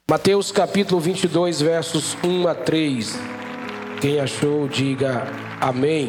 Mateus capítulo 22, versos 1 a 3. Quem achou, diga amém.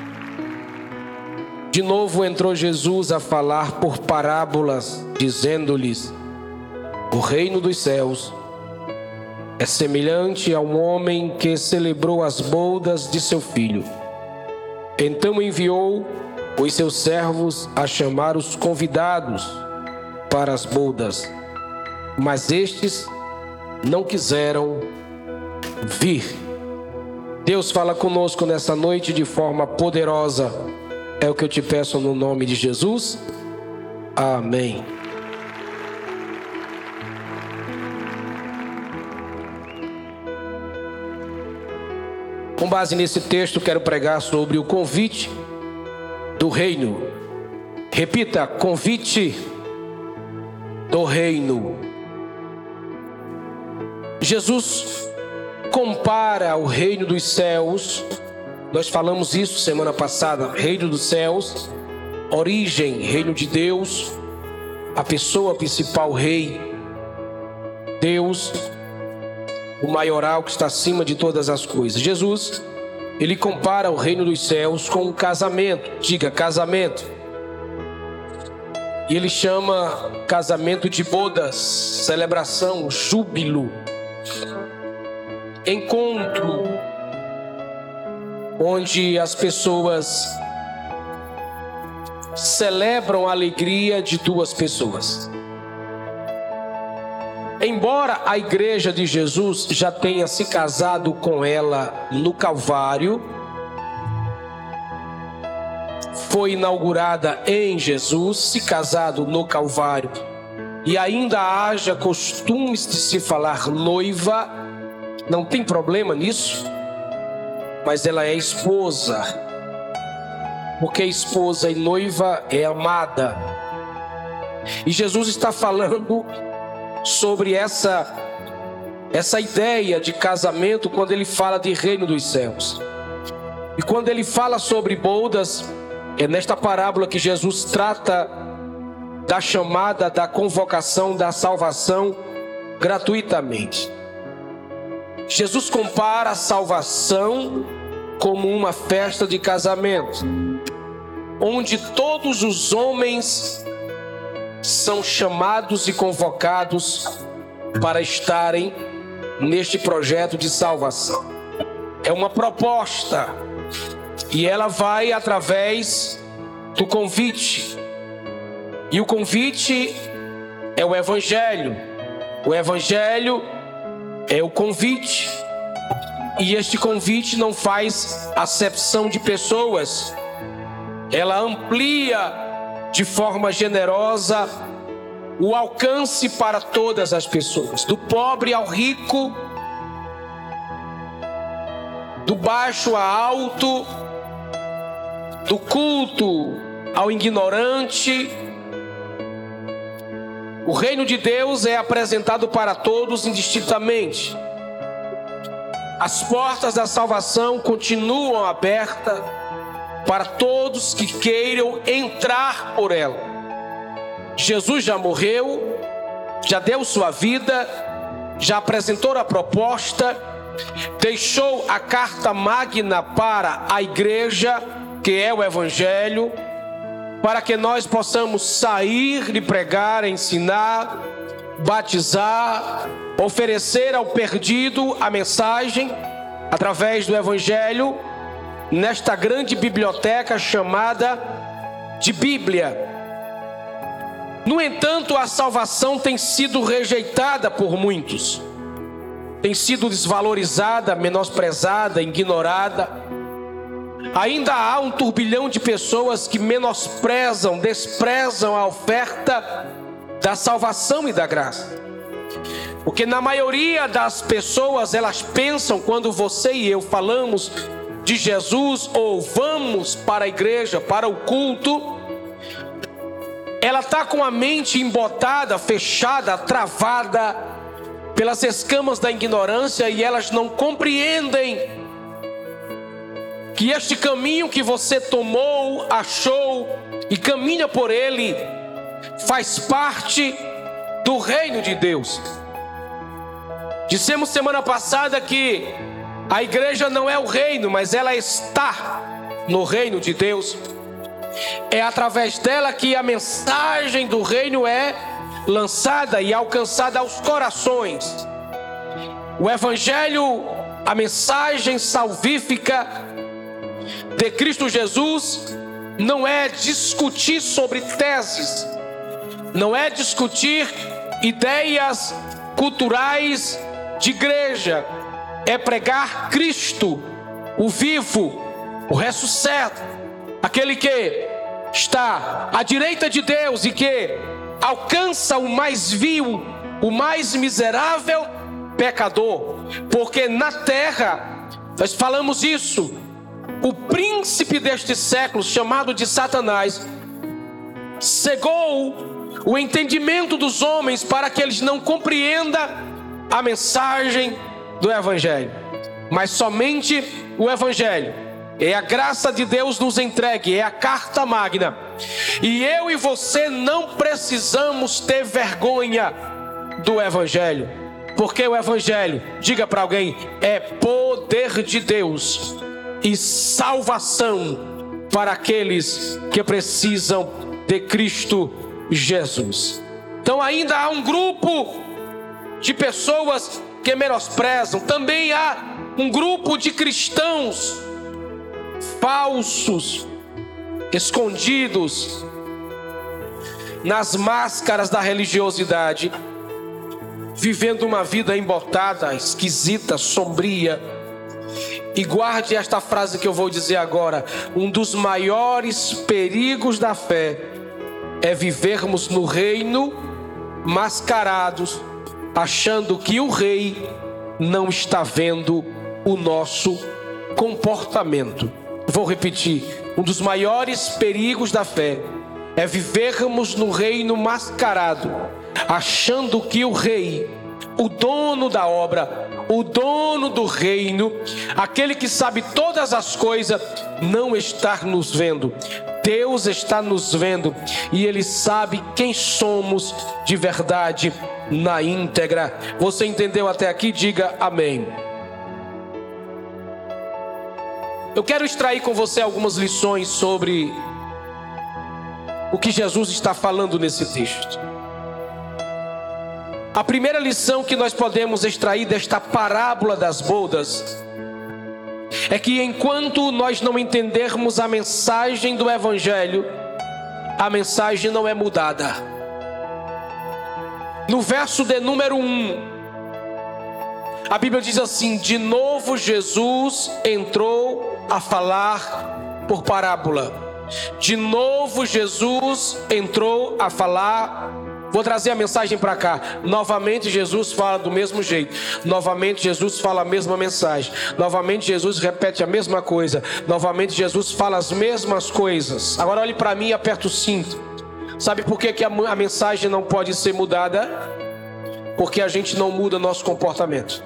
De novo entrou Jesus a falar por parábolas, dizendo-lhes: o reino dos céus é semelhante a um homem que celebrou as bodas de seu filho. Então enviou os seus servos a chamar os convidados para as bodas, mas estes não quiseram vir. Deus fala conosco nessa noite de forma poderosa. É o que eu te peço no nome de Jesus. Amém. Com base nesse texto, quero pregar sobre o convite do reino. Repita: convite do reino. Jesus compara o reino dos céus. Nós falamos isso semana passada. Reino dos céus, origem, reino de Deus, a pessoa principal, rei, Deus, o maioral que está acima de todas as coisas. Jesus, ele compara o reino dos céus com um casamento. Diga casamento. E ele chama casamento de bodas, celebração, júbilo, encontro, onde as pessoas celebram a alegria de duas pessoas. Embora a igreja de Jesus já tenha se casado com ela no Calvário, foi inaugurada em Jesus, se casado no Calvário, e ainda haja costumes de se falar noiva, não tem problema nisso, mas ela é esposa, porque esposa e noiva é amada. E Jesus está falando sobre essa ideia de casamento quando ele fala de reino dos céus. E quando ele fala sobre bodas, é nesta parábola que Jesus trata da chamada, da convocação, da salvação gratuitamente. Jesus compara a salvação como uma festa de casamento, onde todos os homens são chamados e convocados para estarem neste projeto de salvação. É uma proposta, e ela vai através do convite. E o convite é o Evangelho. O Evangelho é o convite. E este convite não faz acepção de pessoas. Ela amplia de forma generosa o alcance para todas as pessoas, do pobre ao rico, do baixo ao alto, do culto ao ignorante. O reino de Deus é apresentado para todos indistintamente. As portas da salvação continuam abertas para todos que queiram entrar por ela. Jesus já morreu, já deu sua vida, já apresentou a proposta, deixou a carta magna para a igreja, que é o Evangelho, para que nós possamos sair e pregar, ensinar, batizar, oferecer ao perdido a mensagem através do Evangelho, nesta grande biblioteca chamada de Bíblia. No entanto, a salvação tem sido rejeitada por muitos, tem sido desvalorizada, menosprezada, ignorada. Ainda há um turbilhão de pessoas que menosprezam, desprezam a oferta da salvação e da graça. Porque na maioria das pessoas, elas pensam, quando você e eu falamos de Jesus ou vamos para a igreja, para o culto, ela está com a mente embotada, fechada, travada pelas escamas da ignorância, e elas não compreendem que este caminho que você tomou, achou e caminha por ele, faz parte do reino de Deus. Dissemos semana passada que a igreja não é o reino, mas ela está no reino de Deus. É através dela que a mensagem do reino é lançada e alcançada aos corações. O evangelho, a mensagem salvífica de Cristo Jesus, não é discutir sobre teses, não é discutir ideias culturais de igreja, é pregar Cristo, o vivo, o ressuscitado, aquele que está à direita de Deus e que alcança o mais vil, o mais miserável pecador. Porque na terra, nós falamos isso, o príncipe deste século, chamado de Satanás, cegou o entendimento dos homens para que eles não compreendam a mensagem do evangelho. Mas somente o evangelho é a graça de Deus nos entregue, é a carta magna. E eu e você não precisamos ter vergonha do evangelho, porque o evangelho, diga para alguém, é poder de Deus e salvação para aqueles que precisam de Cristo Jesus. Então ainda há um grupo de pessoas que menosprezam, também há um grupo de cristãos falsos, escondidos nas máscaras da religiosidade, vivendo uma vida embotada, esquisita, sombria. E guarde esta frase que eu vou dizer agora: um dos maiores perigos da fé é vivermos no reino mascarados, achando que o rei não está vendo o nosso comportamento. Vou repetir: um dos maiores perigos da fé é vivermos no reino mascarado, achando que o rei, o dono da obra, o dono do reino, aquele que sabe todas as coisas, não está nos vendo. Deus está nos vendo e Ele sabe quem somos de verdade, na íntegra. Você entendeu até aqui? Diga amém. Eu quero extrair com você algumas lições sobre o que Jesus está falando nesse texto. A primeira lição que nós podemos extrair desta parábola das bodas é que enquanto nós não entendermos a mensagem do evangelho, a mensagem não é mudada. No verso de número 1, a Bíblia diz assim: de novo Jesus entrou a falar por parábola. De novo Jesus entrou a falar. Vou trazer a mensagem para cá. Novamente Jesus fala do mesmo jeito. Novamente Jesus fala a mesma mensagem. Novamente Jesus repete a mesma coisa. Novamente Jesus fala as mesmas coisas. Agora olhe para mim e aperta o cinto. Sabe por que a mensagem não pode ser mudada? Porque a gente não muda nosso comportamento.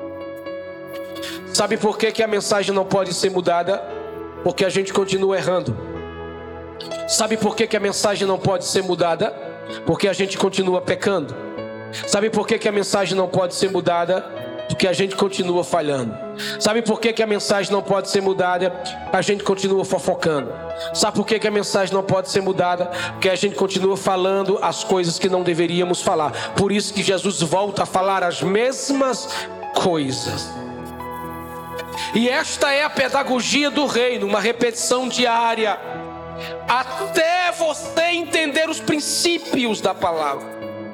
Sabe por que a mensagem não pode ser mudada? Porque a gente continua errando. Sabe por que a mensagem não pode ser mudada? Porque a gente continua pecando. Sabe por que a mensagem não pode ser mudada? Porque a gente continua falhando. Sabe por que a mensagem não pode ser mudada? A gente continua fofocando. Sabe por que a mensagem não pode ser mudada? Porque a gente continua falando as coisas que não deveríamos falar. Por isso que Jesus volta a falar as mesmas coisas. E esta é a pedagogia do reino, uma repetição diária, até você entender os princípios da palavra.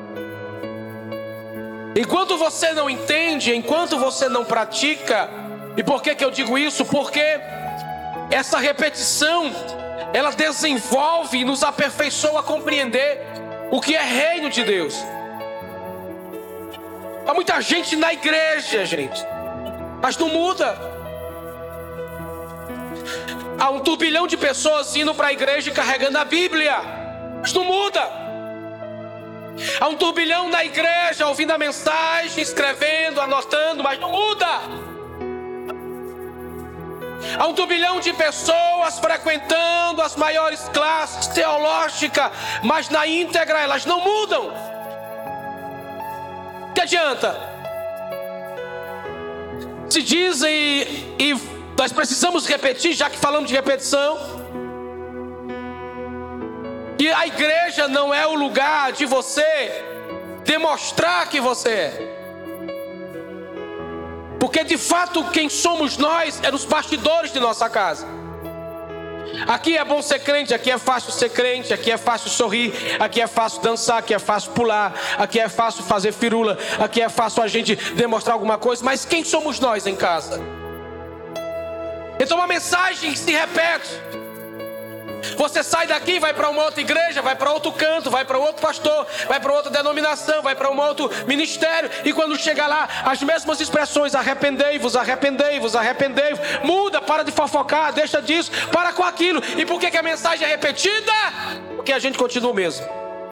Enquanto você não entende, enquanto você não pratica. E por que eu digo isso? Porque essa repetição, ela desenvolve e nos aperfeiçoa a compreender o que é reino de Deus. Há muita gente na igreja, gente, mas não muda. Há um turbilhão de pessoas indo para a igreja e carregando a Bíblia, mas não muda. Há um turbilhão na igreja ouvindo a mensagem, escrevendo, anotando, mas não muda. Há um turbilhão de pessoas frequentando as maiores classes teológicas, mas na íntegra elas não mudam. Que adianta? Se dizem, e nós precisamos repetir, já que falamos de repetição, que a igreja não é o lugar de você demonstrar que você é. Porque de fato quem somos nós é nos bastidores de nossa casa. Aqui é bom ser crente, aqui é fácil ser crente, aqui é fácil sorrir, aqui é fácil dançar, aqui é fácil pular, aqui é fácil fazer firula, aqui é fácil a gente demonstrar alguma coisa. Mas quem somos nós em casa? Então uma mensagem se repete. Você sai daqui, vai para uma outra igreja, vai para outro canto, vai para outro pastor, vai para outra denominação, vai para um outro ministério, e quando chega lá, as mesmas expressões: arrependei-vos, arrependei-vos, arrependei-vos. Muda, para de fofocar, deixa disso, para com aquilo. E por que a mensagem é repetida? Porque a gente continua o mesmo.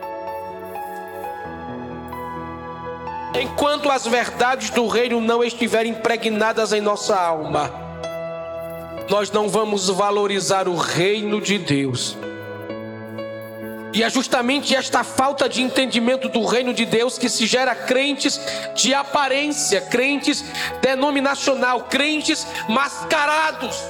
Enquanto as verdades do reino não estiverem impregnadas em nossa alma, nós não vamos valorizar o reino de Deus. E é justamente esta falta de entendimento do reino de Deus que se gera crentes de aparência, crentes denominacional, crentes mascarados.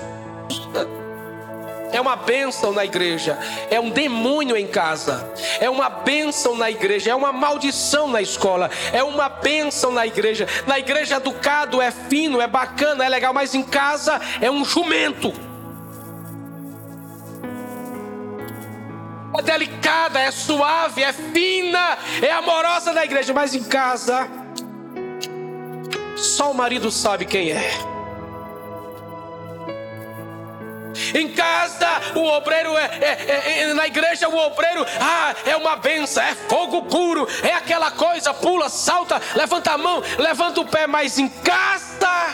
É uma bênção na igreja, é um demônio em casa. É uma bênção na igreja, é uma maldição na escola. É uma bênção na igreja. Na igreja educado, é fino, é bacana, é legal. Mas em casa é um jumento. É delicada, é suave, é fina, é amorosa na igreja. Mas em casa, só o marido sabe quem é. Em casa, o obreiro na igreja, o obreiro é uma benção, é fogo puro, é aquela coisa, pula, salta, levanta a mão, levanta o pé. Mas em casa,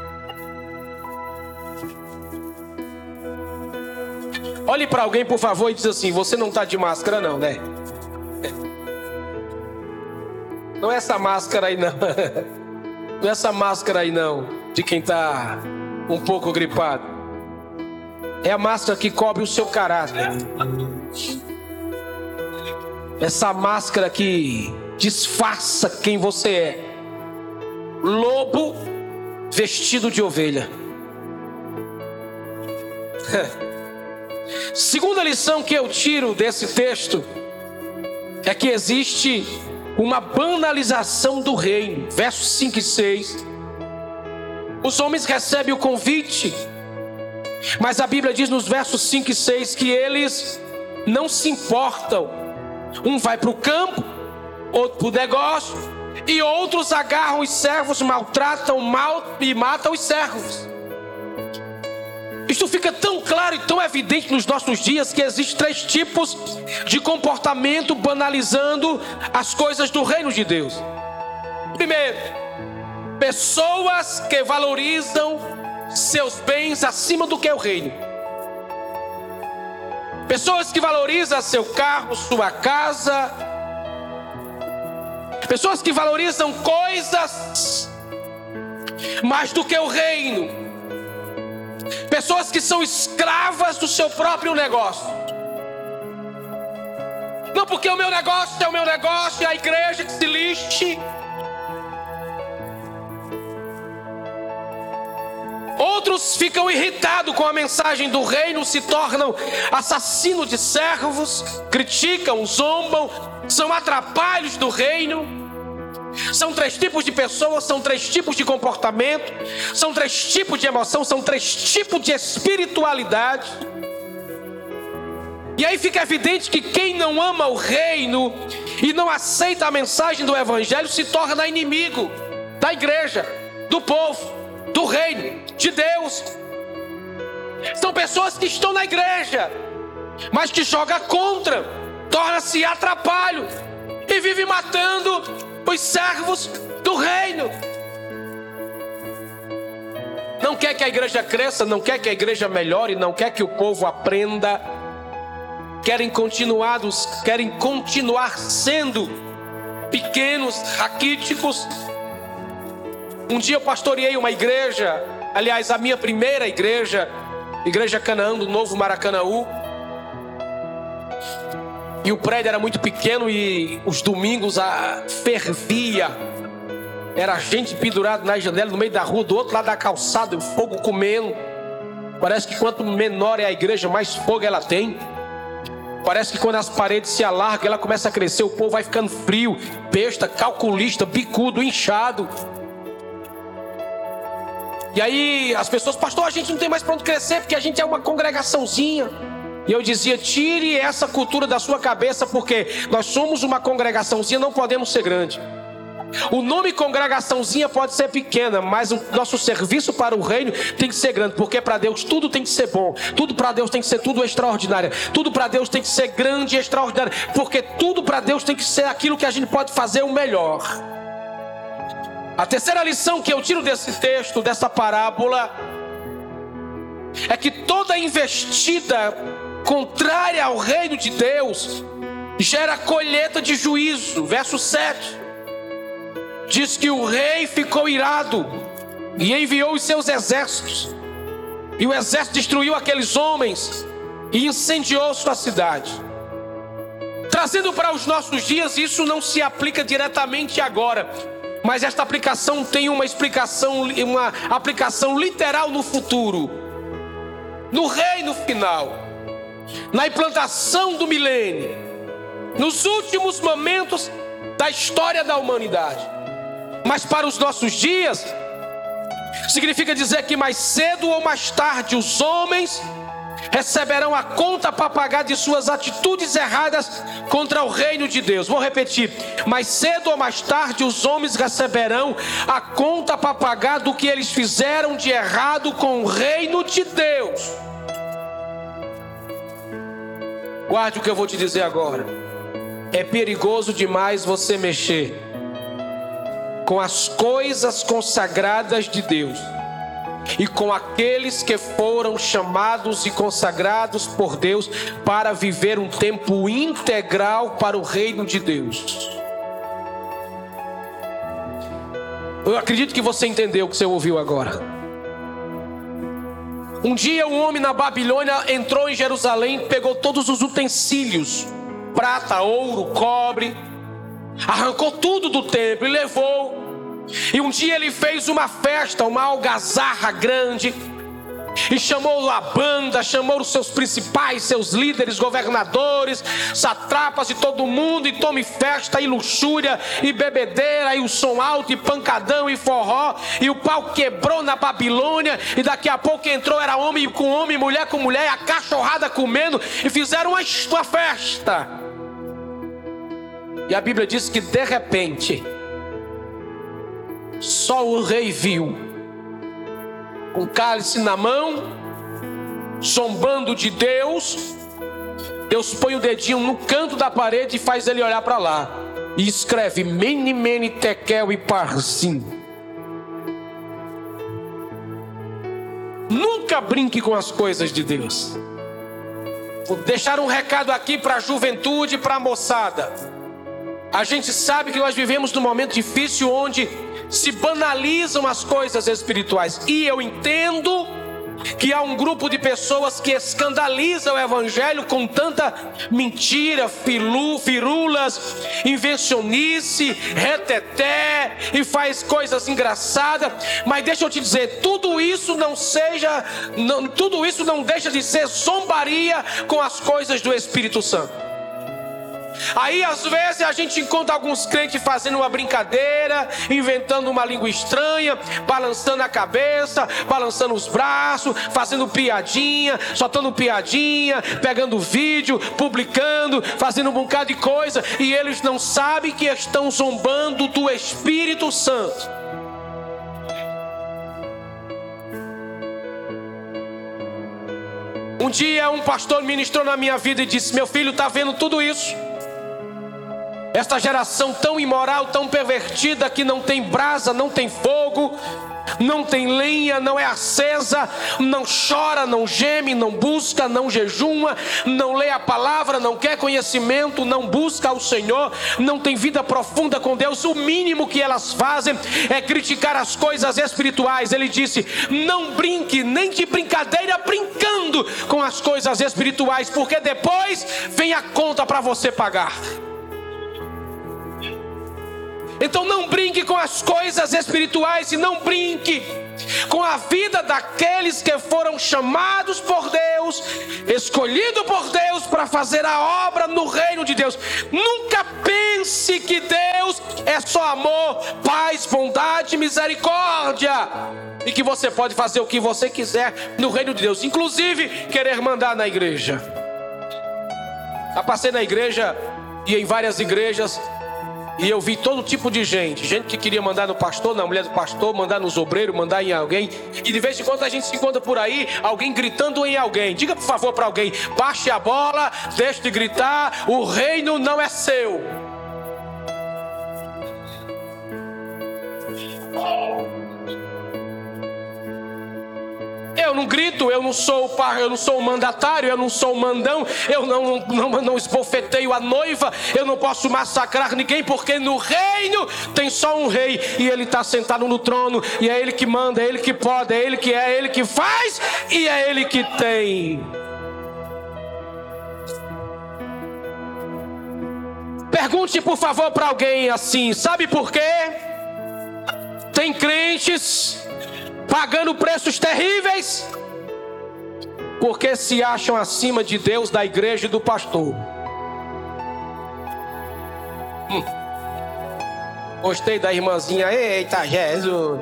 olhe para alguém, por favor, e diz assim: você não está de máscara não, né? Não é essa máscara aí não. Não é essa máscara aí não, de quem está um pouco gripado. É a máscara que cobre o seu caráter. Essa máscara que disfarça quem você é. Lobo vestido de ovelha. Segunda lição que eu tiro desse texto é que existe uma banalização do reino. Versos 5 e 6. Os homens recebem o convite, mas a Bíblia diz nos versos 5 e 6 que eles não se importam. Um vai para o campo, outro para o negócio, e outros agarram os servos, maltratam e matam os servos. Isto fica tão claro e tão evidente nos nossos dias que existem 3 tipos de comportamento banalizando as coisas do reino de Deus. Primeiro, pessoas que valorizam seus bens acima do que o reino. Pessoas que valorizam seu carro, sua casa. Pessoas que valorizam coisas mais do que o reino. Pessoas que são escravas do seu próprio negócio. Não, porque o meu negócio é o meu negócio, é a igreja que se lixe. Outros ficam irritados com a mensagem do reino, se tornam assassinos de servos, criticam, zombam, são atrapalhos do reino. São 3 tipos de pessoas, são 3 tipos de comportamento, são 3 tipos de emoção, são 3 tipos de espiritualidade. E aí fica evidente que quem não ama o reino e não aceita a mensagem do evangelho se torna inimigo da igreja, do povo, do reino de Deus. São pessoas que estão na igreja, mas que jogam contra, torna-se atrapalho e vive matando os servos do reino. Não quer que a igreja cresça, não quer que a igreja melhore, não quer que o povo aprenda. Querem continuar sendo pequenos, raquíticos. Um dia eu pastoreei uma igreja, aliás, a minha primeira igreja, Igreja Canaã do Novo Maracanaú. E o prédio era muito pequeno e os domingos fervia. Era gente pendurada na janela, no meio da rua, do outro lado da calçada, o fogo comendo. Parece que quanto menor é a igreja, mais fogo ela tem. Parece que quando as paredes se alargam, ela começa a crescer, o povo vai ficando frio, besta, calculista, bicudo, inchado. E aí as pessoas, pastor, a gente não tem mais para onde crescer, porque a gente é uma congregaçãozinha. E eu dizia, tire essa cultura da sua cabeça, porque nós somos uma congregaçãozinha, não podemos ser grande. O nome congregaçãozinha pode ser pequena, mas o nosso serviço para o reino tem que ser grande, porque para Deus tudo tem que ser bom, tudo para Deus tem que ser tudo extraordinário, tudo para Deus tem que ser grande e extraordinário, porque tudo para Deus tem que ser aquilo que a gente pode fazer o melhor. A terceira lição que eu tiro desse texto, dessa parábola, é que toda investida contrária ao reino de Deus gera colheita de juízo. Verso 7 diz que o rei ficou irado e enviou os seus exércitos, e o exército destruiu aqueles homens e incendiou sua cidade. Trazendo para os nossos dias, isso não se aplica diretamente agora, mas esta aplicação tem uma aplicação literal no futuro, no reino final, na implantação do milênio, nos últimos momentos da história da humanidade. Mas para os nossos dias, significa dizer que mais cedo ou mais tarde os homens receberão a conta para pagar de suas atitudes erradas contra o reino de Deus. Vou repetir, mais cedo ou mais tarde os homens receberão a conta para pagar do que eles fizeram de errado com o reino de Deus. Guarde o que eu vou te dizer agora. É perigoso demais você mexer com as coisas consagradas de Deus e com aqueles que foram chamados e consagrados por Deus para viver um tempo integral para o reino de Deus. Eu acredito que você entendeu o que você ouviu agora. Um dia um homem na Babilônia entrou em Jerusalém, pegou todos os utensílios, prata, ouro, cobre, arrancou tudo do templo e levou. E um dia ele fez uma festa, uma algazarra grande, e chamou a banda, chamou os seus principais, seus líderes, governadores, satrapas e todo mundo, e tome festa, e luxúria, e bebedeira, e o som alto, e pancadão, e forró, e o pau quebrou na Babilônia, e daqui a pouco entrou, era homem com homem, mulher com mulher, e a cachorrada comendo, e fizeram uma festa. E a Bíblia diz que de repente só o rei viu, com cálice na mão, zombando de Deus. Deus põe o dedinho no canto da parede e faz ele olhar para lá, e escreve Mene, Mene, Tekel e Parsim. Nunca brinque com as coisas de Deus. Vou deixar um recado aqui para a juventude, para a moçada. A gente sabe que nós vivemos num momento difícil onde se banalizam as coisas espirituais. E eu entendo que há um grupo de pessoas que escandalizam o evangelho com tanta mentira, firulas, invencionice, reteté, e faz coisas engraçadas. Mas deixa eu te dizer, tudo isso não deixa de ser zombaria com as coisas do Espírito Santo. Aí às vezes a gente encontra alguns crentes fazendo uma brincadeira, inventando uma língua estranha, balançando a cabeça, balançando os braços, fazendo piadinha, soltando piadinha, pegando vídeo, publicando, fazendo um bocado de coisa, e eles não sabem que estão zombando do Espírito Santo. Um dia um pastor ministrou na minha vida e disse: meu filho, está vendo tudo isso? Esta geração tão imoral, tão pervertida, que não tem brasa, não tem fogo, não tem lenha, não é acesa, não chora, não geme, não busca, não jejuma, não lê a palavra, não quer conhecimento, não busca o Senhor, não tem vida profunda com Deus. O mínimo que elas fazem é criticar as coisas espirituais. Ele disse: não brinque nem de brincadeira brincando com as coisas espirituais, porque depois vem a conta para você pagar. Então não brinque com as coisas espirituais e não brinque com a vida daqueles que foram chamados por Deus, escolhidos por Deus para fazer a obra no reino de Deus. Nunca pense que Deus é só amor, paz, bondade e misericórdia, e que você pode fazer o que você quiser no reino de Deus, inclusive querer mandar na igreja. Eu passei na igreja e em várias igrejas, e eu vi todo tipo de gente que queria mandar no pastor, na mulher do pastor, mandar nos obreiros, mandar em alguém. E de vez em quando a gente se encontra por aí, alguém gritando em alguém. Diga por favor para alguém: baixe a bola, deixe de gritar, o reino não é seu. Eu não grito, eu não sou o mandatário, eu não sou o mandão, eu não esbofeteio a noiva, eu não posso massacrar ninguém, porque no reino tem só um rei, e ele está sentado no trono, e é ele que manda, é ele que pode, é ele que faz, e é ele que tem. Pergunte por favor para alguém assim: sabe por quê? Tem crentes pagando preços terríveis porque se acham acima de Deus, da igreja e do pastor. Gostei da irmãzinha. Eita Jesus.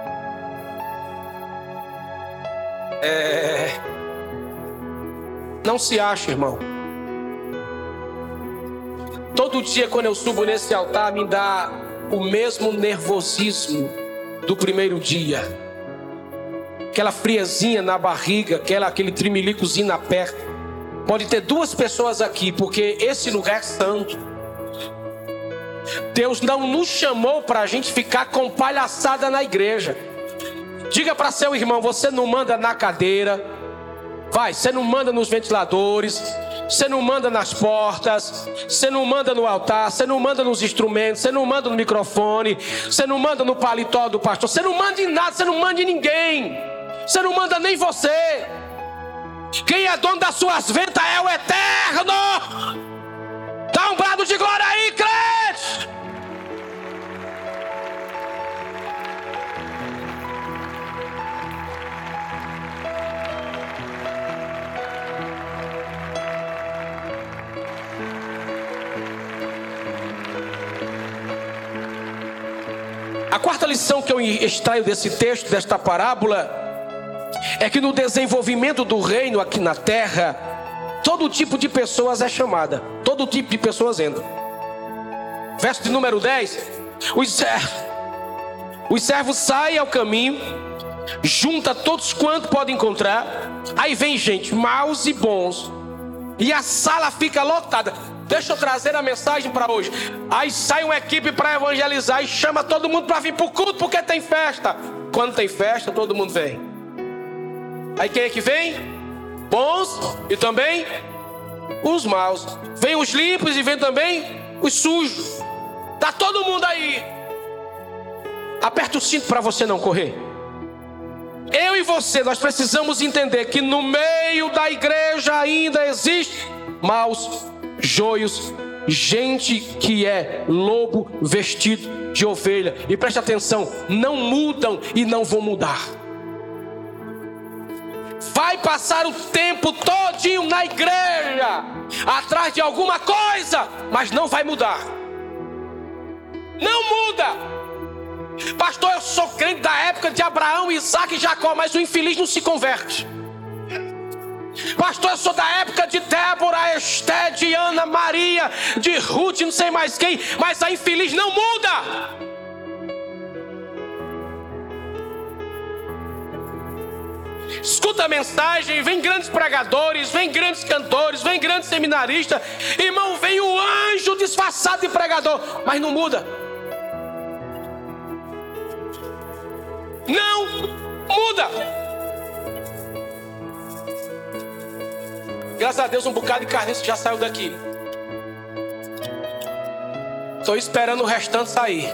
Não se acha, irmão. Todo dia quando eu subo nesse altar me dá o mesmo nervosismo do primeiro dia. Aquela friezinha na barriga, aquele trimelicozinho na perna. Pode ter duas pessoas aqui, porque esse lugar é santo. Deus não nos chamou para a gente ficar com palhaçada na igreja. Diga para seu irmão: você não manda na cadeira, você não manda nos ventiladores, você não manda nas portas, você não manda no altar, você não manda nos instrumentos, você não manda no microfone, você não manda no paletó do pastor, você não manda em nada, você não manda em ninguém. Você não manda nem você. Quem é dono das suas ventas é o Eterno. Dá um brado de glória aí, crente. A quarta lição que eu extraio desse texto, desta parábola, é que no desenvolvimento do reino aqui na terra, todo tipo de pessoas é chamada, todo tipo de pessoas entra. Verso de número 10: os servos saem ao caminho, junta todos quanto podem encontrar. Aí vem gente, maus e bons, e a sala fica lotada. Deixa eu trazer a mensagem para hoje. Aí sai uma equipe para evangelizar e chama todo mundo para vir para o culto, porque tem festa. Quando tem festa, todo mundo vem. Aí quem é que vem? Bons e também os maus. Vem os limpos e vem também os sujos. Tá todo mundo aí. Aperta o cinto para você não correr. Eu e você, nós precisamos entender que no meio da igreja ainda existe maus, joios, gente que é lobo vestido de ovelha. E preste atenção, não mudam e não vão mudar. Vai passar o tempo todinho na igreja, atrás de alguma coisa, mas não vai mudar. Não muda. Pastor, eu sou crente da época de Abraão, Isaac e Jacó, mas o infeliz não se converte. Pastor, eu sou da época de Débora, Esté, de Ana, Maria, de Ruth, não sei mais quem, mas a infeliz não muda. Escuta a mensagem, vem grandes pregadores, vem grandes cantores, vem grandes seminaristas. Irmão, vem o anjo disfarçado de pregador, mas não muda. Não muda. Graças a Deus, um bocado de carniça já saiu daqui. Estou esperando o restante sair.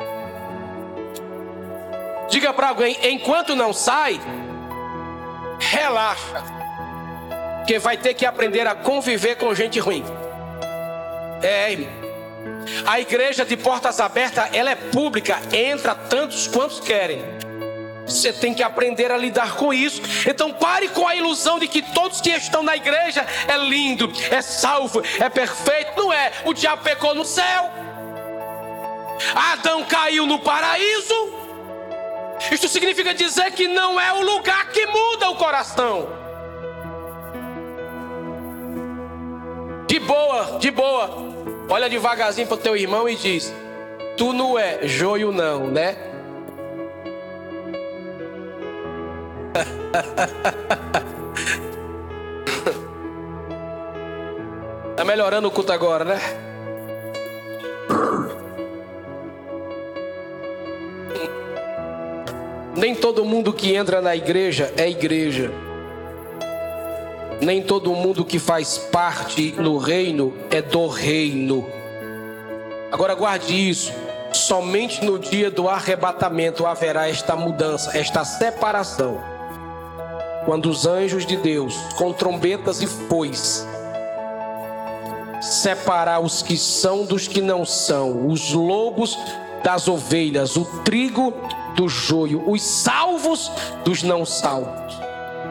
Diga para alguém: enquanto não sai, relaxa, porque vai ter que aprender a conviver com gente ruim. Irmão. A igreja de portas abertas, ela é pública, entra tantos quantos querem. Você tem que aprender a lidar com isso. Então pare com a ilusão de que todos que estão na igreja é lindo, é salvo, é perfeito. Não é. O diabo pecou no céu, Adão caiu no paraíso. Isto significa dizer que não é o lugar que muda o coração. De boa, de boa. Olha devagarzinho para o teu irmão e diz: tu não é joio não, né? Tá melhorando o culto agora, né? Nem todo mundo que entra na igreja é igreja. Nem todo mundo que faz parte no reino é do reino. Agora guarde isso. Somente no dia do arrebatamento haverá esta mudança, esta separação. Quando os anjos de Deus, com trombetas e foices, separar os que são dos que não são, os lobos das ovelhas, o trigo do joio, os salvos dos não salvos.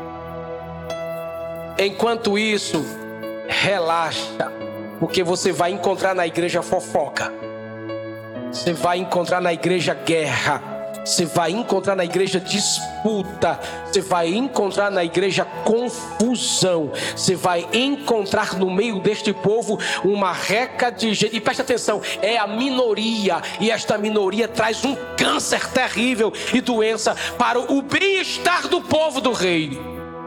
Enquanto isso, relaxa, porque você vai encontrar na igreja fofoca, você vai encontrar na igreja guerra, você vai encontrar na igreja disputa, você vai encontrar na igreja confusão, você vai encontrar no meio deste povo uma reca de gente. E preste atenção, é a minoria, e esta minoria traz um câncer terrível e doença para o bem-estar do povo do reino.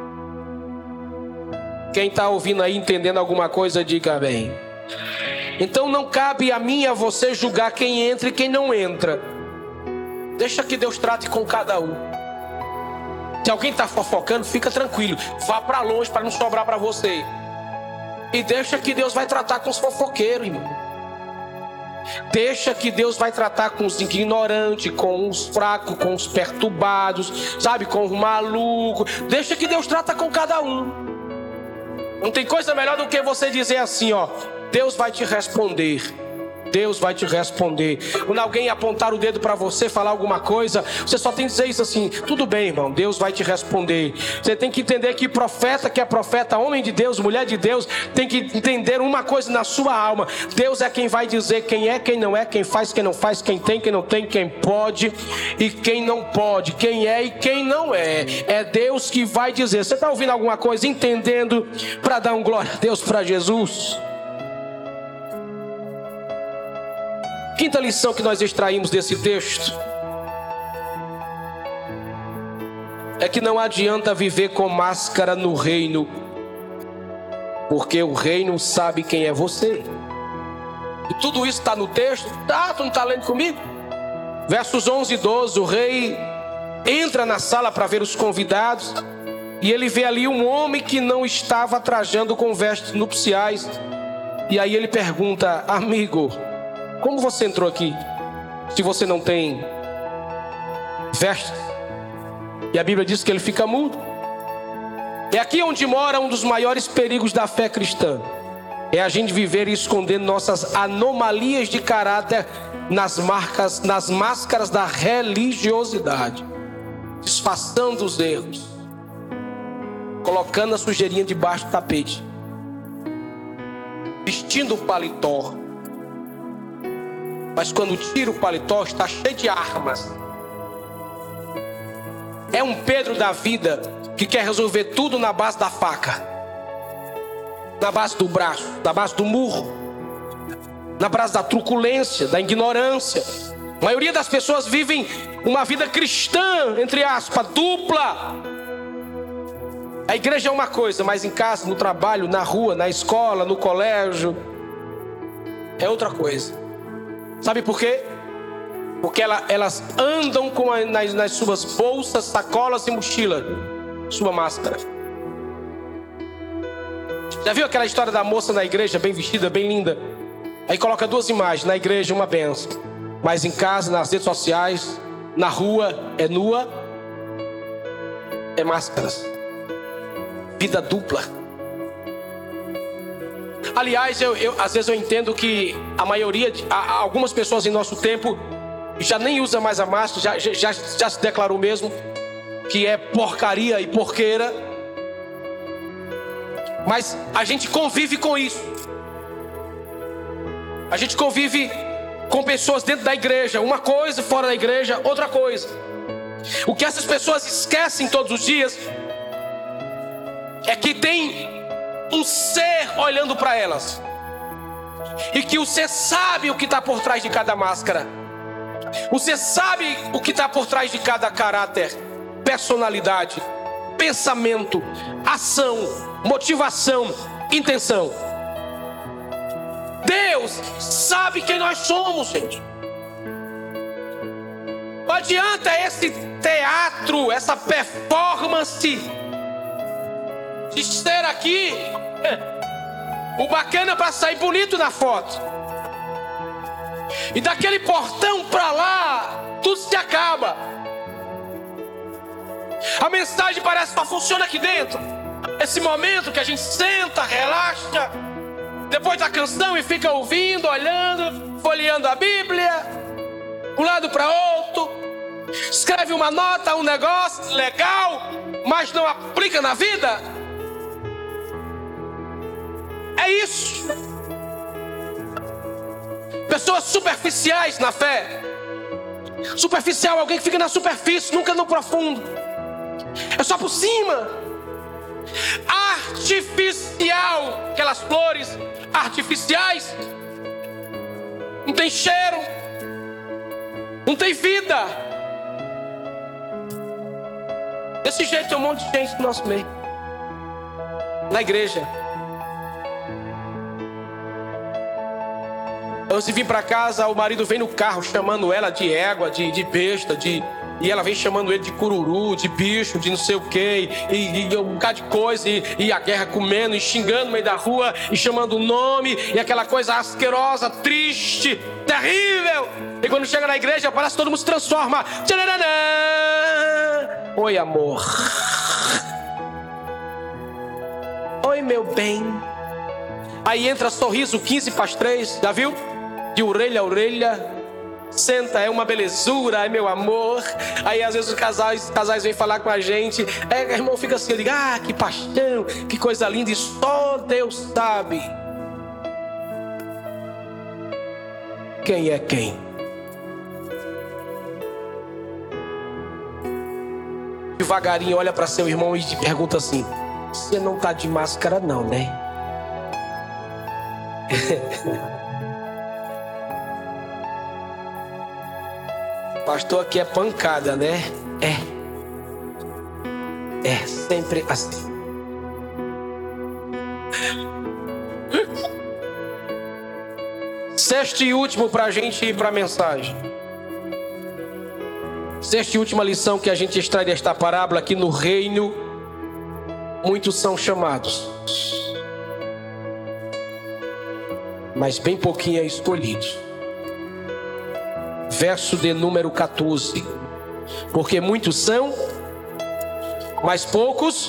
Quem está ouvindo aí, entendendo alguma coisa, diga amém. Então não cabe a mim e a você julgar quem entra e quem não entra. Deixa que Deus trate com cada um. Se alguém está fofocando, fica tranquilo, vá para longe para não sobrar para você. E deixa que Deus vai tratar com os fofoqueiros, irmão. Deixa que Deus vai tratar com os ignorantes, com os fracos, com os perturbados, sabe, com os malucos. Deixa que Deus trata com cada um. Não tem coisa melhor do que você dizer assim, ó: Deus vai te responder. Deus vai te responder. Quando alguém apontar o dedo para você, falar alguma coisa, você só tem que dizer isso assim: tudo bem, irmão, Deus vai te responder. Você tem que entender que profeta, que é profeta, homem de Deus, mulher de Deus, tem que entender uma coisa na sua alma: Deus é quem vai dizer quem é, quem não é, quem faz, quem não faz, quem tem, quem não tem, quem pode e quem não pode, quem é e quem não é. É Deus que vai dizer. Você está ouvindo alguma coisa, entendendo, para dar um glória a Deus para Jesus? Quinta lição que nós extraímos desse texto é que não adianta viver com máscara no reino, porque o reino sabe quem é você. E tudo isso está no texto. Tu não está lendo comigo? Versos 11 e 12, o rei entra na sala para ver os convidados e ele vê ali um homem que não estava trajando com vestes nupciais. E aí ele pergunta: amigo, como você entrou aqui se você não tem vestes? E a Bíblia diz que ele fica mudo. É aqui onde mora um dos maiores perigos da fé cristã. É a gente viver e esconder nossas anomalias de caráter nas máscaras da religiosidade, disfarçando os erros, colocando a sujeirinha debaixo do tapete, vestindo o paletó. Mas quando tira o paletó, está cheio de armas. É um Pedro da vida que quer resolver tudo na base da faca, na base do braço, na base do murro, na base da truculência, da ignorância. A maioria das pessoas vivem uma vida cristã, entre aspas, dupla. A igreja é uma coisa, mas em casa, no trabalho, na rua, na escola, no colégio, é outra coisa. Sabe por quê? Porque elas andam com nas suas bolsas, sacolas e mochila sua máscara. Já viu aquela história da moça na igreja, bem vestida, bem linda? Aí coloca duas imagens: na igreja uma benção, mas em casa, nas redes sociais, na rua é nua, é máscaras. vida dupla. Aliás, às vezes eu entendo que a maioria, algumas pessoas em nosso tempo já nem usa mais a máscara, já se declarou mesmo que é porcaria e porqueira. Mas a gente convive com isso. A gente convive com pessoas dentro da igreja, uma coisa, fora da igreja, outra coisa. O que essas pessoas esquecem todos os dias é que tem um ser olhando para elas, e que o ser sabe o que está por trás de cada máscara. O ser sabe o que está por trás de cada caráter, personalidade, pensamento, ação, motivação, intenção. Deus sabe quem nós somos, gente. Não adianta esse teatro, essa performance de ser aqui o bacana para sair bonito na foto, e daquele portão para lá tudo se acaba. A mensagem parece que só funciona aqui dentro. Esse momento que a gente senta, relaxa depois da canção e fica ouvindo, olhando, folheando a Bíblia, um lado para outro, escreve uma nota, um negócio legal, mas não aplica na vida. É isso. Pessoas superficiais na fé. Superficial, alguém que fica na superfície, nunca no profundo. É só por cima. Artificial, aquelas flores artificiais, não tem cheiro, não tem vida. Desse jeito tem um monte de gente no nosso meio, na igreja. Antes de vir para casa, o marido vem no carro chamando ela de égua, de besta, e ela vem chamando ele de cururu, de bicho, de não sei o que, e um bocado de coisa, e a guerra comendo, e xingando no meio da rua, e chamando o nome, e aquela coisa asquerosa, triste, terrível. E quando chega na igreja, parece que todo mundo se transforma. Tcharanã! Oi, amor. Oi, meu bem. Aí entra sorriso 15 para as 3, já viu? De orelha a orelha. Senta, é uma belezura, é meu amor. Aí às vezes os casais vêm falar com a gente. Irmão, fica assim, eu digo, que paixão, que coisa linda. E só Deus sabe quem é quem. Devagarinho olha para seu irmão e te pergunta assim: você não tá de máscara não, né? Pastor, aqui é pancada, né? É sempre assim. Sexto e último para a gente ir para a mensagem. Sexta e última lição que a gente extrai desta parábola: aqui no reino, muitos são chamados, mas bem pouquinho é escolhidos. Verso de número 14. Porque muitos são, mas poucos.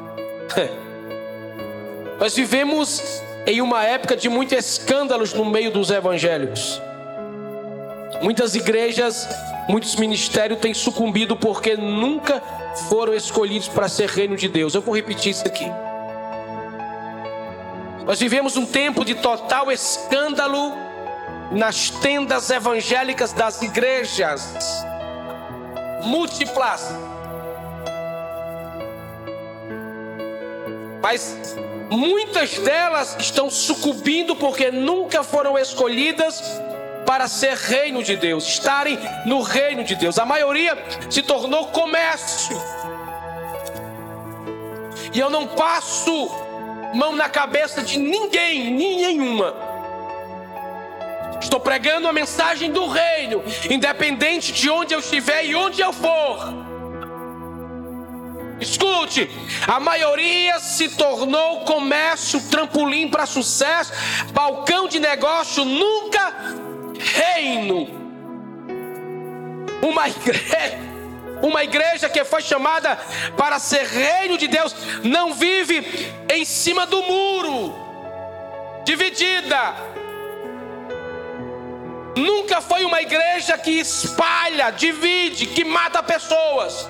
Nós vivemos em uma época de muitos escândalos no meio dos evangélicos. Muitas igrejas, muitos ministérios têm sucumbido porque nunca foram escolhidos para ser reino de Deus. Eu vou repetir isso aqui. Nós vivemos um tempo de total escândalo nas tendas evangélicas das igrejas múltiplas. Mas muitas delas estão sucumbindo porque nunca foram escolhidas para ser reino de Deus, estarem no reino de Deus. A maioria se tornou comércio. E eu não passo mão na cabeça de ninguém, nenhuma. Estou pregando a mensagem do reino, independente de onde eu estiver e onde eu for. Escute, a maioria se tornou comércio, trampolim para sucesso, balcão de negócio, nunca reino. Uma igreja Uma igreja que foi chamada para ser reino de Deus não vive em cima do muro, dividida. Nunca foi uma igreja que espalha, divide, que mata pessoas.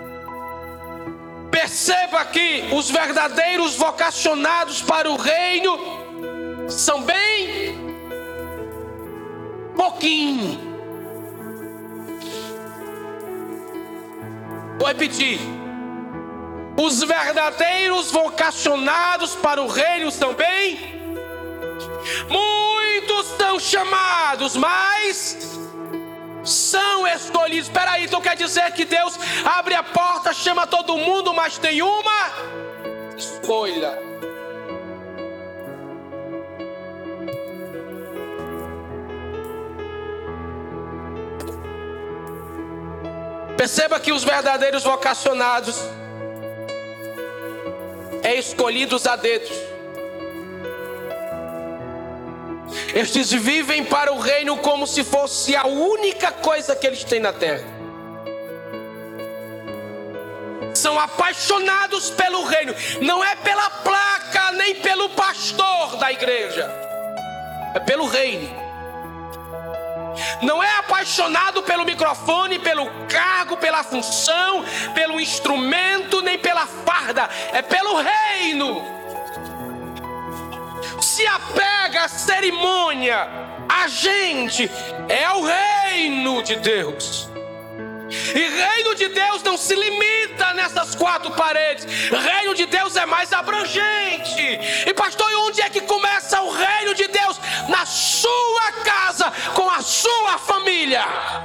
Perceba que os verdadeiros vocacionados para o reino são bem pouquinho. Vou repetir. Os verdadeiros vocacionados para o reino são bem. Muitos são chamados, mas são escolhidos. Espera aí, então quer dizer que Deus abre a porta, chama todo mundo, mas tem uma escolha. Perceba que os verdadeiros vocacionados é escolhidos a dedos. Estes vivem para o reino como se fosse a única coisa que eles têm na terra. São apaixonados pelo reino. Não é pela placa, nem pelo pastor da igreja. É pelo reino. Não é apaixonado pelo microfone, pelo cargo, pela função, pelo instrumento, nem pela farda. É pelo reino. Se apega à cerimônia, a gente, é o reino de Deus. E reino de Deus não se limita nessas quatro paredes. Reino de Deus é mais abrangente. E pastor, e onde é que começa o reino de Deus? Na sua casa, com a sua família.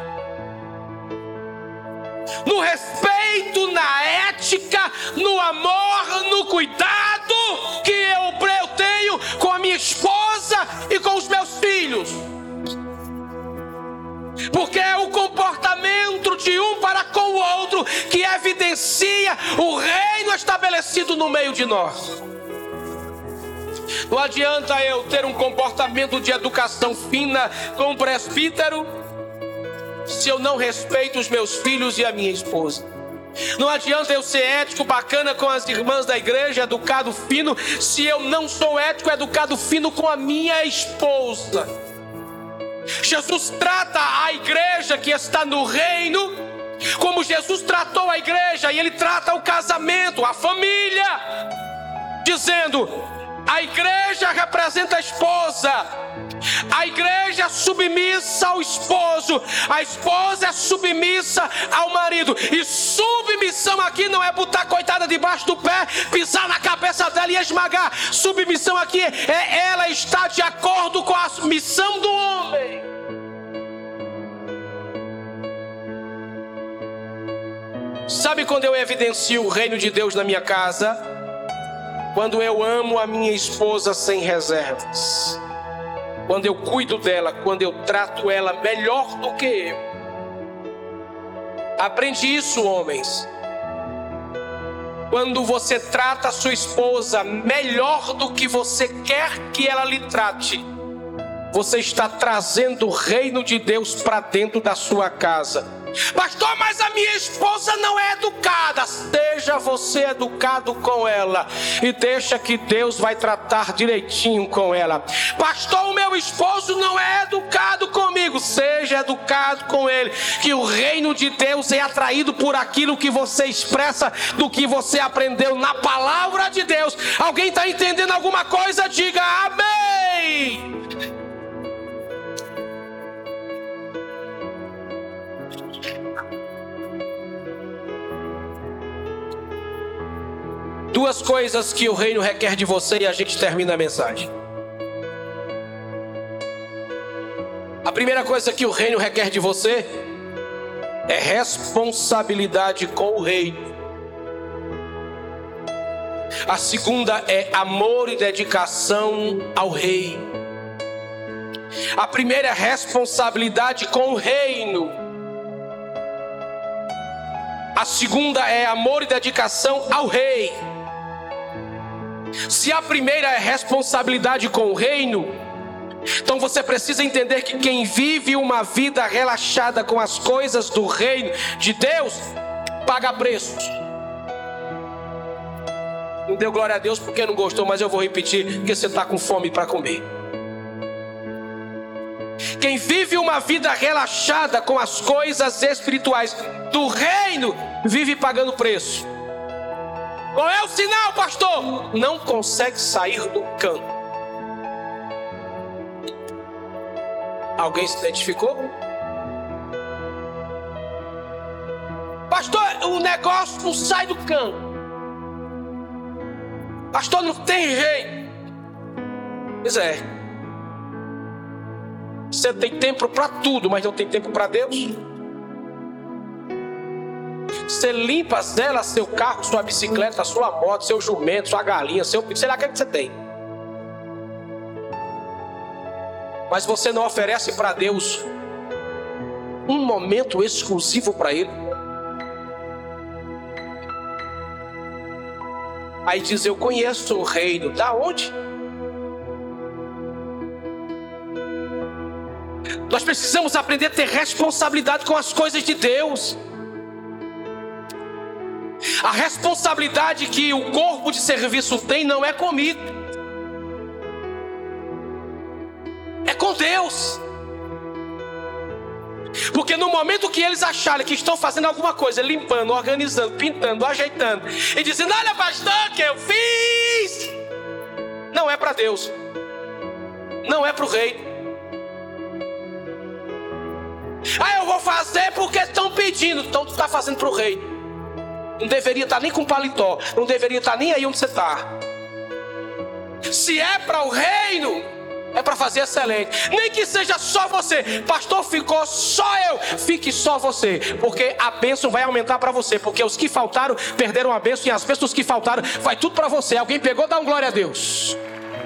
No respeito, na ética, no amor, no cuidado que eu tenho com a minha esposa e com os meus filhos. Porque é o comportamento de um para com o outro que evidencia o reino estabelecido no meio de nós. Não adianta eu ter um comportamento de educação fina com um presbítero se eu não respeito os meus filhos e a minha esposa. Não adianta eu ser ético, bacana com as irmãs da igreja, educado fino, se eu não sou ético, educado fino com a minha esposa. Jesus trata a igreja que está no reino como Jesus tratou a igreja, e ele trata o casamento, a família, dizendo: a igreja representa a esposa, a igreja é submissa ao esposo, a esposa é submissa ao marido. E submissão aqui não é botar a coitada debaixo do pé, pisar na cabeça dela e esmagar. Submissão aqui é ela estar de acordo com a missão do homem. Sabe quando eu evidencio o reino de Deus na minha casa? Quando eu amo a minha esposa sem reservas. Quando eu cuido dela, quando eu trato ela melhor do que eu. Aprende isso, homens. Quando você trata a sua esposa melhor do que você quer que ela lhe trate, você está trazendo o reino de Deus para dentro da sua casa. Pastor, mas a minha esposa não é educada. Seja você educado com ela e deixa que Deus vai tratar direitinho com ela. Pastor, o meu esposo não é educado comigo. Seja educado com ele, que o reino de Deus é atraído por aquilo que você expressa, do que você aprendeu na palavra de Deus. Alguém está entendendo alguma coisa? Diga amém. Duas coisas que o reino requer de você e a gente termina a mensagem. A primeira coisa que o reino requer de você é responsabilidade com o reino. A segunda é amor e dedicação ao rei. A primeira é responsabilidade com o reino. A segunda é amor e dedicação ao rei. Se a primeira é responsabilidade com o reino, então você precisa entender que quem vive uma vida relaxada com as coisas do reino de Deus paga preço. Não deu glória a Deus porque não gostou, mas eu vou repetir, porque você está com fome para comer. Quem vive uma vida relaxada com as coisas espirituais do reino, vive pagando preço. Qual é o sinal, pastor? Não consegue sair do canto. Alguém se identificou? Pastor, o negócio não sai do canto. Pastor, não tem jeito. Pois é. Você tem tempo para tudo, mas não tem tempo para Deus. Você limpa, zela seu carro, sua bicicleta, sua moto, seu jumento, sua galinha, sei lá o que você tem. Mas você não oferece para Deus um momento exclusivo para Ele. Aí diz, eu conheço o reino. Da onde? Nós precisamos aprender a ter responsabilidade com as coisas de Deus. A responsabilidade que o corpo de serviço tem não é comigo, é com Deus. Porque no momento que eles acharem que estão fazendo alguma coisa, limpando, organizando, pintando, ajeitando, e dizendo, olha pastor, que eu fiz, não é para Deus, não é para o rei. Eu vou fazer porque estão pedindo. Então tu está fazendo para o rei. Não deveria estar nem com paletó, não deveria estar nem aí onde você está. Se é para o reino, é para fazer excelente. Nem que seja só você. Pastor, ficou só eu. Fique só você, porque a bênção vai aumentar para você. Porque os que faltaram perderam a bênção, e as pessoas que faltaram, vai tudo para você. Alguém pegou? Dá um glória a Deus.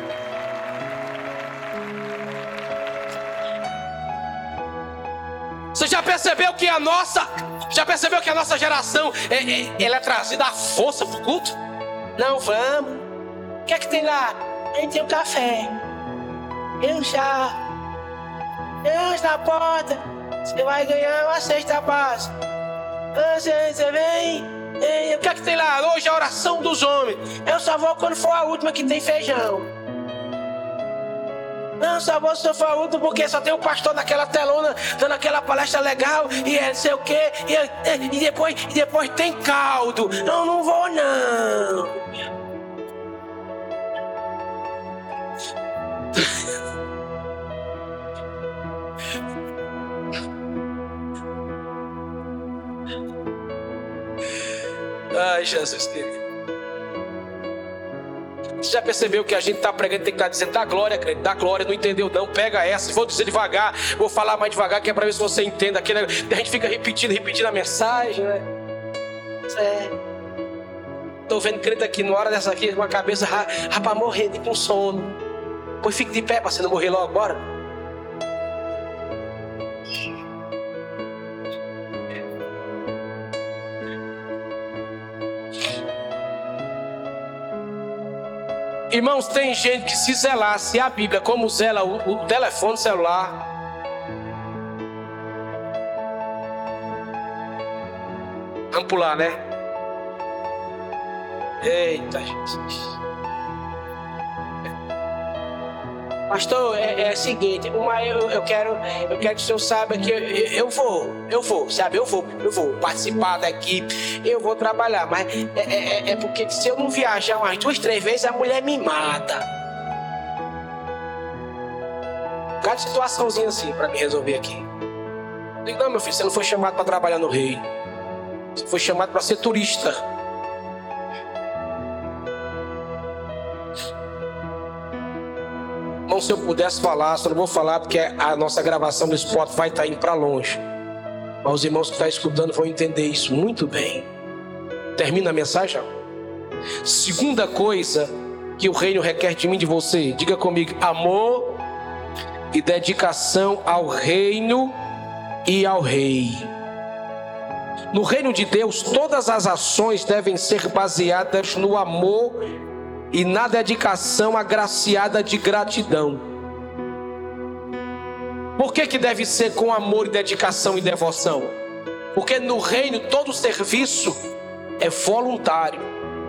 Você já percebeu que a nossa geração ela é trazida à força para o culto? Não, vamos. O que é que tem lá? A gente tem um café, tem um chá, tem na porta. Você vai ganhar uma cesta básica. Você vem. O que é que tem lá? Hoje é a oração dos homens. Eu só vou quando for a última que tem feijão. Não, só vou se for a última porque só tem um pastor naquela telona dando aquela palestra legal e é não sei o que, e depois tem caldo. Não vou não. Ai, Jesus querido. Você já percebeu que a gente está pregando, tem que estar dizendo, dá glória, crente, dá glória, não entendeu não, pega essa, vou dizer devagar, vou falar mais devagar, que é para ver se você entende, a gente fica repetindo a mensagem, né? Estou vendo crente aqui, na hora dessa aqui, com a cabeça para morrer, com sono, pois fique de pé para você não morrer logo, bora. Irmãos, tem gente que se zelasse a Bíblia como zela o telefone celular, vamos pular, né? Eita Jesus. Pastor, é o seguinte, eu quero que o senhor saiba que eu vou, sabe? Eu vou participar daqui, eu vou trabalhar, mas é porque se eu não viajar umas 2, 3 vezes, a mulher me mata. Cada situaçãozinha assim para me resolver aqui. Eu digo, não, meu filho, você não foi chamado para trabalhar no reino, você foi chamado para ser turista. Irmão, se eu pudesse falar, só não vou falar porque a nossa gravação do Spotify está indo para longe. Mas os irmãos que estão escutando vão entender isso muito bem. Termina a mensagem? Segunda coisa que o reino requer de mim e de você, diga comigo, amor e dedicação ao reino e ao rei. No reino de Deus, todas as ações devem ser baseadas no amor e na dedicação agraciada de gratidão. Por que deve ser com amor e dedicação e devoção? Porque no reino todo serviço é voluntário.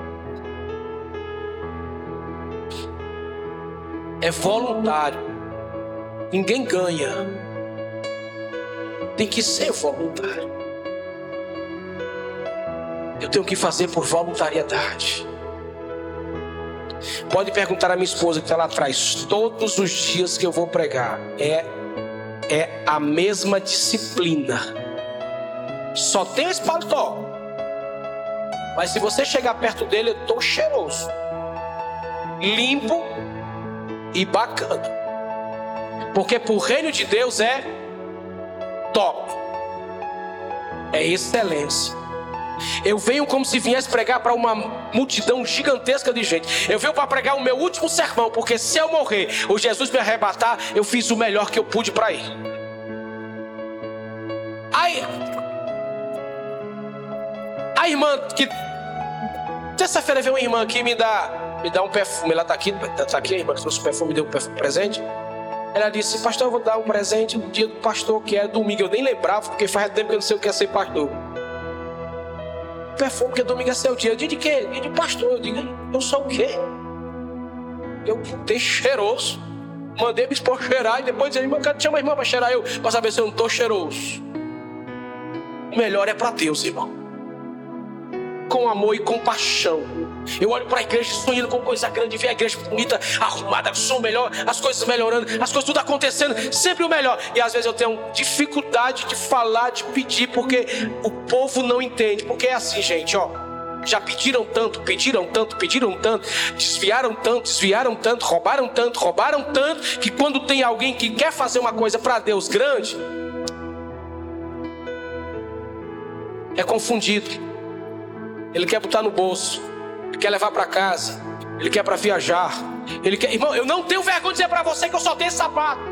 É voluntário. Ninguém ganha. Tem que ser voluntário. Eu tenho que fazer por voluntariedade. Pode perguntar à minha esposa que está lá atrás. Todos os dias que eu vou pregar é a mesma disciplina. Só tem esse paletó. Mas se você chegar perto dele, eu estou cheiroso, limpo e bacana. Porque para o reino de Deus é top. É excelência. Eu venho como se viesse pregar para uma multidão gigantesca de gente. Eu venho para pregar o meu último sermão, porque se eu morrer ou Jesus me arrebatar, eu fiz o melhor que eu pude para ir. Aí a irmã que terça-feira veio uma irmã aqui me dá um perfume. Ela está aqui a irmã que trouxe o perfume, me deu um perfume presente. Ela disse: pastor, eu vou dar um presente no dia do pastor, que é domingo. Eu nem lembrava, porque faz tempo que eu não sei o que é ser pastor. Perfume, porque domingo é seu dia. Dia de quê? Dia de pastor. Eu digo: eu sou o quê? Eu tenho cheiroso. Mandei me expor cheirar e depois dizer: irmã, chama a irmã para cheirar eu, para saber se eu não estou cheiroso. O melhor é para Deus, irmão. Com amor e compaixão. Eu olho para a igreja sonhando com coisa grande, ver a igreja bonita, arrumada, som melhor, as coisas melhorando, as coisas tudo acontecendo, sempre o melhor. E às vezes eu tenho dificuldade de falar, de pedir, porque o povo não entende. Porque é assim, gente, ó. Já pediram tanto, desviaram tanto, roubaram tanto, que quando tem alguém que quer fazer uma coisa para Deus grande, é confundido. Ele quer botar no bolso, ele quer levar para casa, ele quer para viajar, ele quer... Irmão, eu não tenho vergonha de dizer para você que eu só tenho sapato.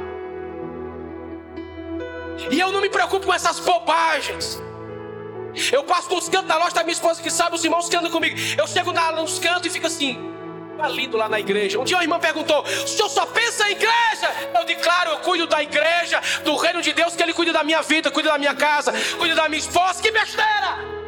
E eu não me preocupo com essas bobagens. Eu passo nos cantos da loja da minha esposa, que sabe, os irmãos que andam comigo. Eu chego nos cantos e fico assim, lindo lá na igreja. Um dia uma irmã perguntou: o senhor só pensa em igreja? Eu digo: claro, eu cuido da igreja, do reino de Deus, que Ele cuida da minha vida, cuida da minha casa, cuida da minha esposa. Que besteira!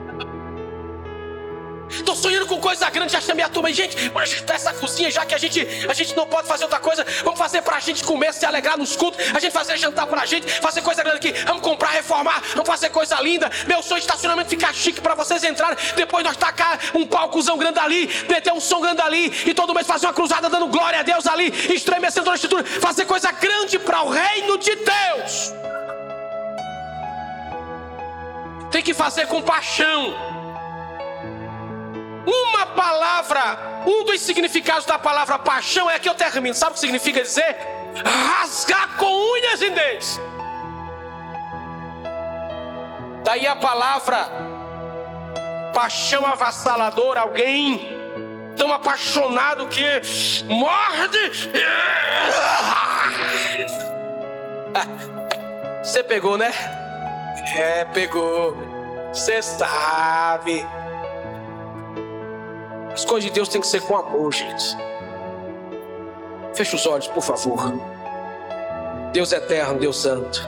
Estou sonhando com coisa grande, já chamei a turma. Gente, bora ajeitar essa cozinha, já que a gente não pode fazer outra coisa. Vamos fazer pra gente comer, se alegrar nos cultos. A gente fazer jantar pra gente, fazer coisa grande aqui. Vamos comprar, reformar, vamos fazer coisa linda. Meu sonho de estacionamento ficar chique pra vocês entrarem. Depois nós tacar um palcozão grande ali, meter um som grande ali, e todo mês fazer uma cruzada dando glória a Deus ali, estremecendo a estrutura. Fazer coisa grande para o reino de Deus. Tem que fazer com paixão. Uma palavra, um dos significados da palavra paixão é que eu termino. Sabe o que significa dizer? Rasgar com unhas e dentes. Daí a palavra paixão avassaladora. Alguém tão apaixonado que morde. Você pegou, né? Pegou. Você sabe. As coisas de Deus têm que ser com amor, gente. Feche os olhos, por favor. Deus eterno, Deus santo,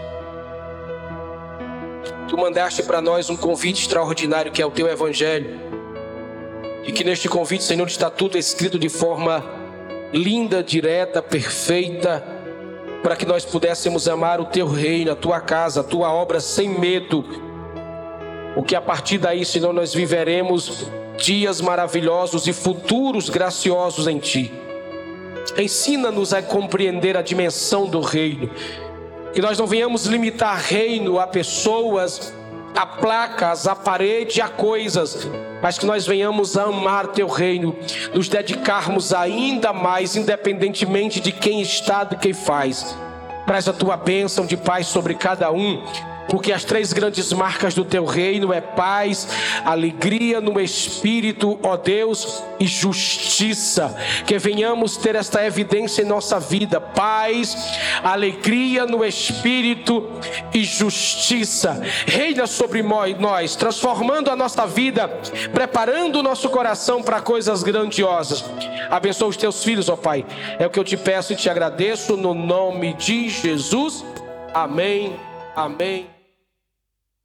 Tu mandaste para nós um convite extraordinário, que é o Teu Evangelho. E que neste convite, Senhor, está tudo escrito de forma linda, direta, perfeita, para que nós pudéssemos amar o Teu reino, a Tua casa, a Tua obra sem medo. Porque a partir daí, Senhor, nós viveremos dias maravilhosos e futuros graciosos em Ti. Ensina-nos a compreender a dimensão do reino. Que nós não venhamos limitar reino a pessoas, a placas, a parede, a coisas, mas que nós venhamos a amar Teu reino, nos dedicarmos ainda mais, independentemente de quem está, de quem faz. Traz a Tua bênção de paz sobre cada um. Porque as três grandes marcas do Teu reino é paz, alegria no Espírito, ó Deus, e justiça. Que venhamos ter esta evidência em nossa vida: paz, alegria no Espírito e justiça. Reina sobre nós, transformando a nossa vida, preparando o nosso coração para coisas grandiosas. Abençoa os Teus filhos, ó Pai. É o que eu te peço e te agradeço no nome de Jesus. Amém, amém.